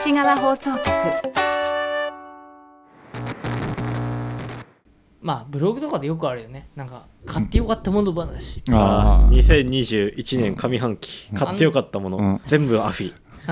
西側放送局。 まあブログとかでよくあるよね。なんか買ってよかったもの話。 ああ、2021年上半期、買ってよかったもの、全部アフィ。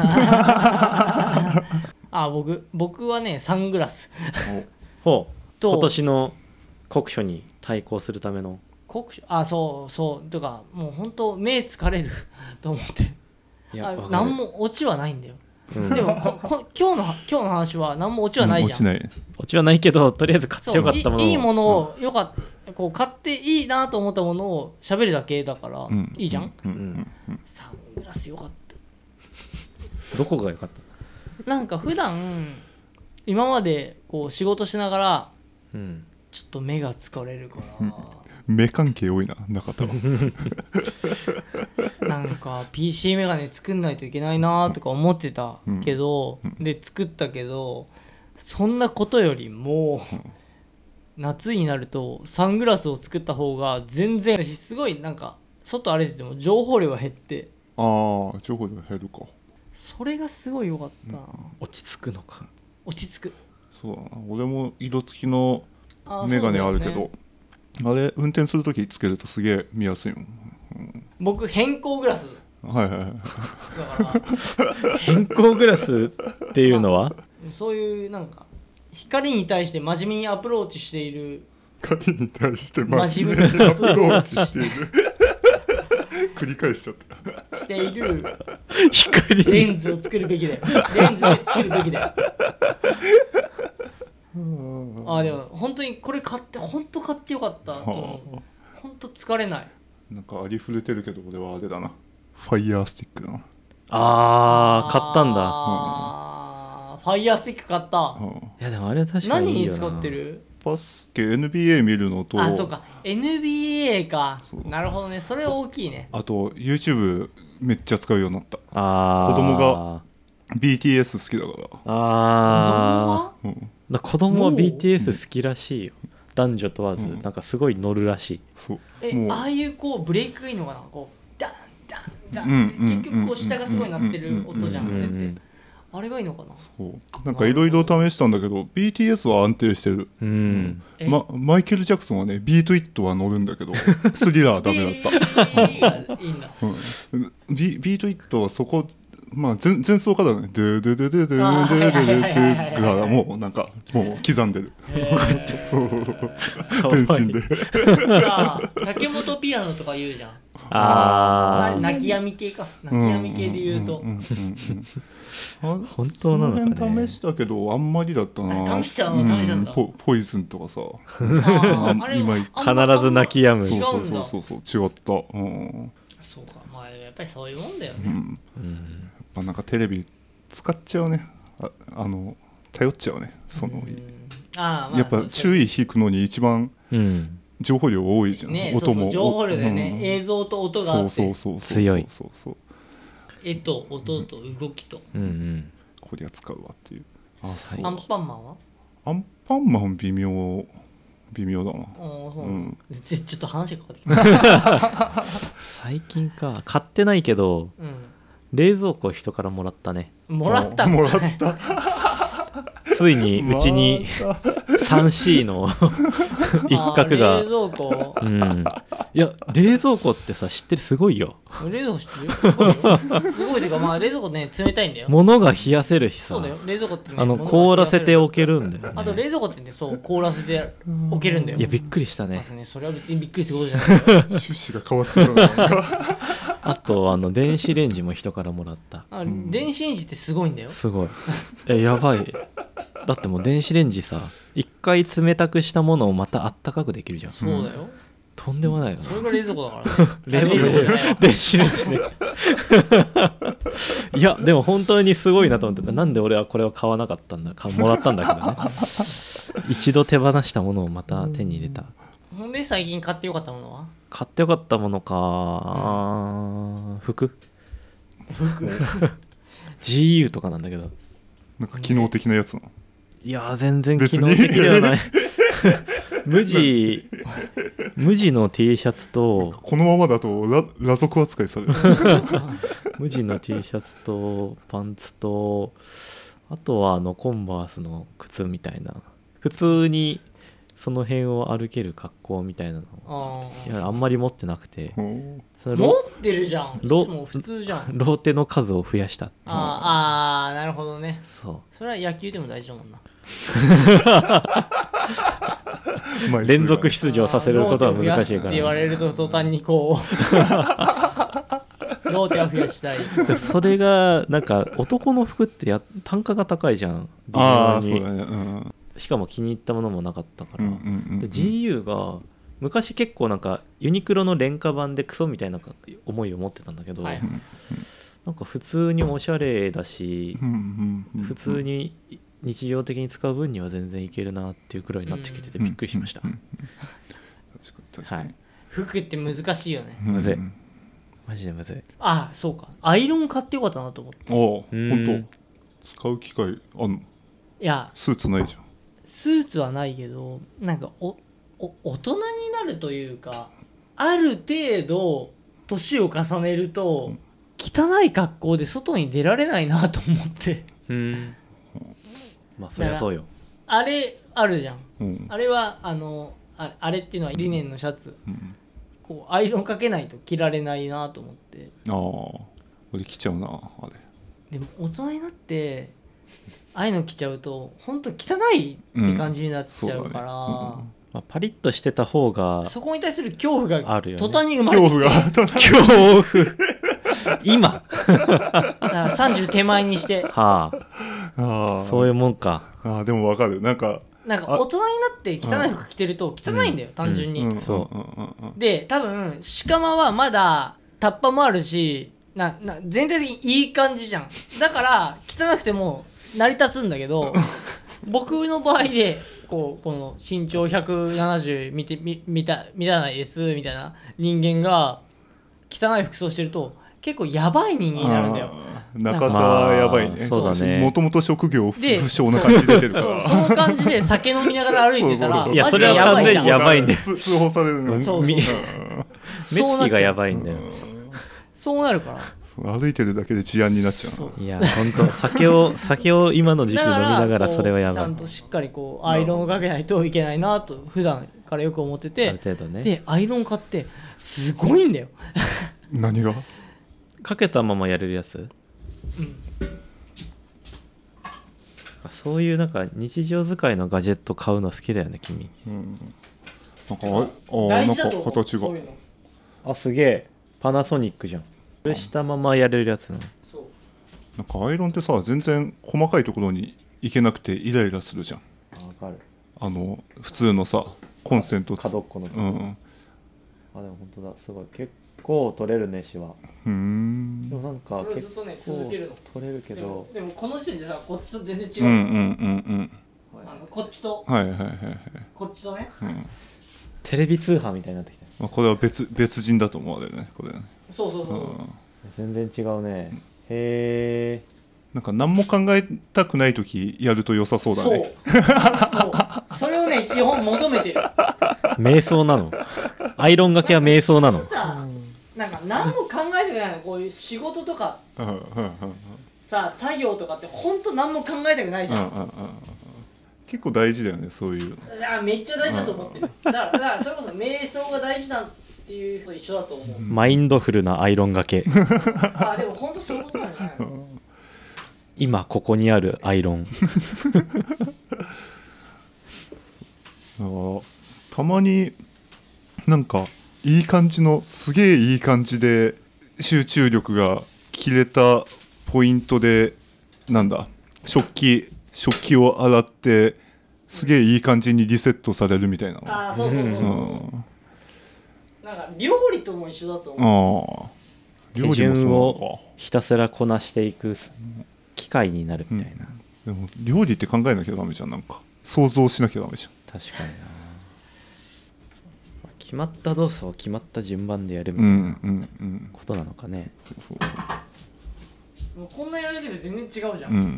僕はねサングラスほう。 と今年の酷暑に対抗するための酷暑、そうとかもう本当目疲れると思って。 いや何もオチはないんだよ、 うん、 でも今日の話は何もオチはないじゃん、 オチはないけど、とりあえず買ってよかったものをいいものをこう買っていいなと思ったものを喋るだけだから、いいじゃん、サングラスよかった。 どこがよかった？ なんか普段今までこう仕事しながら、ちょっと目が疲れるから、 目関係多いな中田は。 なんか PC メガネ作んないといけないなとか思ってたけど、で作ったけど、そんなことよりも、夏になるとサングラスを作った方が全然すごいなんか外歩いてても情報量が減って、 情報量減るか。 それがすごい良かった、 落ち着くのか。 落ち着く。 そうだな、俺も色付きのメガネあるけど、あれ運転するときつけるとすげえ見やすいもん、 僕変更グラスはいはいはい。 だから変更グラスっていうのは、 そういうなんか光に対して真面目にアプローチしている、 光に対して真面目にアプローチしている繰り返しちゃったしている光レンズを作るべきだよ。レンズで作るべきだよ。でも本当にこれ買って本当買ってよかった。本当疲れない。 なんかありふれてるけど、俺はあれだな、ファイヤースティックだな。 買ったんだ。 ファイヤースティック買った。 いやでもあれは確かにいいよな。 何に使ってる？ バスケ NBA 見るのと、 そうか NBA か。なるほどね、それ大きいね。 あと YouTube めっちゃ使うようになった。子子供が BTS 好きだから。 子供は BTS 好きらしいよ、男女問わず、なんかすごい乗るらしい。 そう、 ああいうこうブレイクがいいのかな、こうダンダンダン、結局こう下がすごい鳴ってる音じゃん、あれって。あれがいいのかな。 そうなんかいろいろ試したんだけど BTS は安定してる、マイケル・ジャクソンはね、ビート・イットは乗るんだけどスリラーダメだった。 いいんだ。 ビート・イットはそこ、前奏からね、ドゥドゥドゥドゥドゥドゥドゥドゥがもうなんかもう刻んでる。そう全身で。 竹本ピアノとか言うじゃん。泣き止み系か。泣き止み系で言うと。 本当なのかね。 試したけどあんまりだったな。 試したんだ。 ポイズンとかさ。 必ず泣き止む。 そう違った。 そうか、やっぱりそういうもんだよね。 なんかテレビ使っちゃうね。頼っちゃうね。やっぱ注意引くのに一番情報量多いじゃん。音も情報量だよね。映像と音があって強い。 絵と音と動きと。 こりゃ使うわっていう。 アンパンマンは？ アンパンマン微妙だな。 ちょっと話が変わってきた。 最近か、買ってないけど、冷蔵庫人からもらったね。 もらったついにうちに 3C の一角が。 冷蔵庫。 いや冷蔵庫ってさ、知ってる？すごいよ。 冷蔵庫知ってる？すごい。てか冷蔵庫ね、冷たいんだよ。 物が冷やせるしさ。 そうだよ、冷蔵庫ってね、 凍らせておけるんだよね。 あと冷蔵庫ってね、そう凍らせておけるんだよ。 いやびっくりしたね。 それは別にびっくりすることじゃない。 趣旨が変わってるな。 あと電子レンジも人からもらった。 電子レンジってすごいんだよ。 すごい。やばい。だってもう電子レンジさ、一回冷たくしたものをまたあったかくできるじゃん。 そうだよ。 とんでもないよな。 それが冷蔵庫だからね。 冷蔵庫じゃない。電子レンジね。いやでも本当にすごいなと思って、なんで俺はこれを買わなかったんだか、もらったんだけどね。一度手放したものをまた手に入れた。 ほんで最近買ってよかったものは？ 買ってよかったものか、服GU とかなんだけど、 なんか機能的なやつなの？ いや全然機能的ではない。無地の T シャツと、 このままだと裸族扱いされる。 無地の T シャツとパンツと、 あとはコンバースの靴みたいな普通にその辺を歩ける格好みたいなのいやあんまり持ってなくてその持ってるじゃん。いつも普通じゃん。 ローテの数を増やしたっていうなるほどね。 そうそれは野球でも大事だもんな。 連続出場させることは難しいから、 って言われると途端にこうローテは増やしたい。 それがなんか男の服って単価が高いじゃん。 ああそうだね、うん、 しかも気に入ったものもなかったから、 うんうんうんうん、 で GU が昔結構なんかユニクロの廉価版でクソみたいな思いを持ってたんだけど、 はい、 なんか普通におしゃれだし、 うんうんうん、 普通に日常的に使う分には全然いけるなっていうくらいになってきててびっくりしました、 うんうんうん、確かに、 はい、 服って難しいよね、 むずい、マジでむずい。 そうか、アイロン買ってよかったなと思って。 本当使う機会あんの？ いやスーツないじゃん。 スーツはないけど、なんか大人になるというか、ある程度年を重ねると、汚い格好で外に出られないなと思って。 まあそりゃそうよ。 あれあるじゃん、 うん、 あれはあれっていうのはリネンのシャツ、 うん、 こうアイロンかけないと着られないなと思って。 俺着ちゃうなあれ。 でも大人になってああいうの着ちゃうと本当汚いって感じになっちゃうから、 まあ、パリッとしてた方がそこに対する恐怖があるよね。 途端に生まれてきて、 恐怖今だから30手前にしてそういうもんか。 でも分かる。なんか大人になって汚い服着てると汚いんだよ、単純に、 そうで多分鹿間はまだタッパもあるし全体的にいい感じじゃん。だから汚くても成り立つんだけど僕の場合でこの身長170見たないですみたいな人間が汚い服装してると結構やばい人間になるんだよ。 中田はやばいね。 そうだね。 もともと職業不詳な感じ出てるからその感じで酒飲みながら歩いてたらいやそれは完全にやばいんだよ。 通報されるね。 目つきがやばいんだよ。 そうなるから歩いてるだけで治安になっちゃう。 いや本当酒を今の時期飲みながらそれはやばい。 ちゃんとしっかりアイロンをかけないといけないなと普段からよく思ってて、 ある程度ね。 でアイロン買ってすごいんだよ何がかけたままやれるやつ、そういうなんか日常使いのガジェット買うの好きだよね君。 なんか形がすげえパナソニックじゃん。これしたままやれるやつなの。 なんかアイロンってさ全然細かいところに行けなくてイライラするじゃん。 わかる。 普通のさコンセント角っこのとこ、でも本当だすごい結構取れるねシワ。でもなんか結構取れるけどでもこの時点でさこっちと全然違う。こっちとこっちとね、 テレビ通販みたいになってきた。 これは別人だと思われるねこれね。 そう、 全然違うね。へえ。 なんか何も考えたくないときやると良さそうだね。 そうそれをね基本求めてる。 瞑想なの？アイロンがけは瞑想なの？ なんか何も考えてないの。こういう仕事とかさ作業とかってほんと何も考えたくないじゃん。 結構大事だよねそういう。 めっちゃ大事だと思ってる。だからそれこそ瞑想が大事だっていうと一緒だと思う。 マインドフルなアイロンがけ。 でもほんとそういうことなんじゃないの？ 今ここにあるアイロン。 たまになんかいい感じのすげえいい感じで集中力が切れたポイントでなんだ食器を洗ってすげえいい感じにリセットされるみたいな。 そう、なんか料理とも一緒だと思う。 手順をひたすらこなしていく機械になるみたいな、 でも料理って考えなきゃダメじゃん。なんか想像しなきゃダメじゃん。確かにな。決まった動作を決まった順番でやるみたいなことなのかね。 もうこんなやるだけで全然違うじゃん。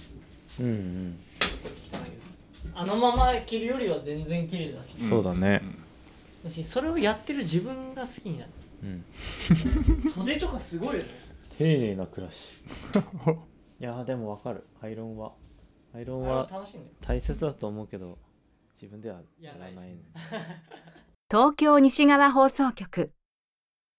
あのまま着るよりは全然綺麗だし。 そうだね。 それをやってる自分が好きになる。袖とかすごいよね。 丁寧な暮らし。いやでもわかる。アイロンはアイロンは楽しいんだよ。 大切だと思うけど自分ではやらないね。 東京西側放送局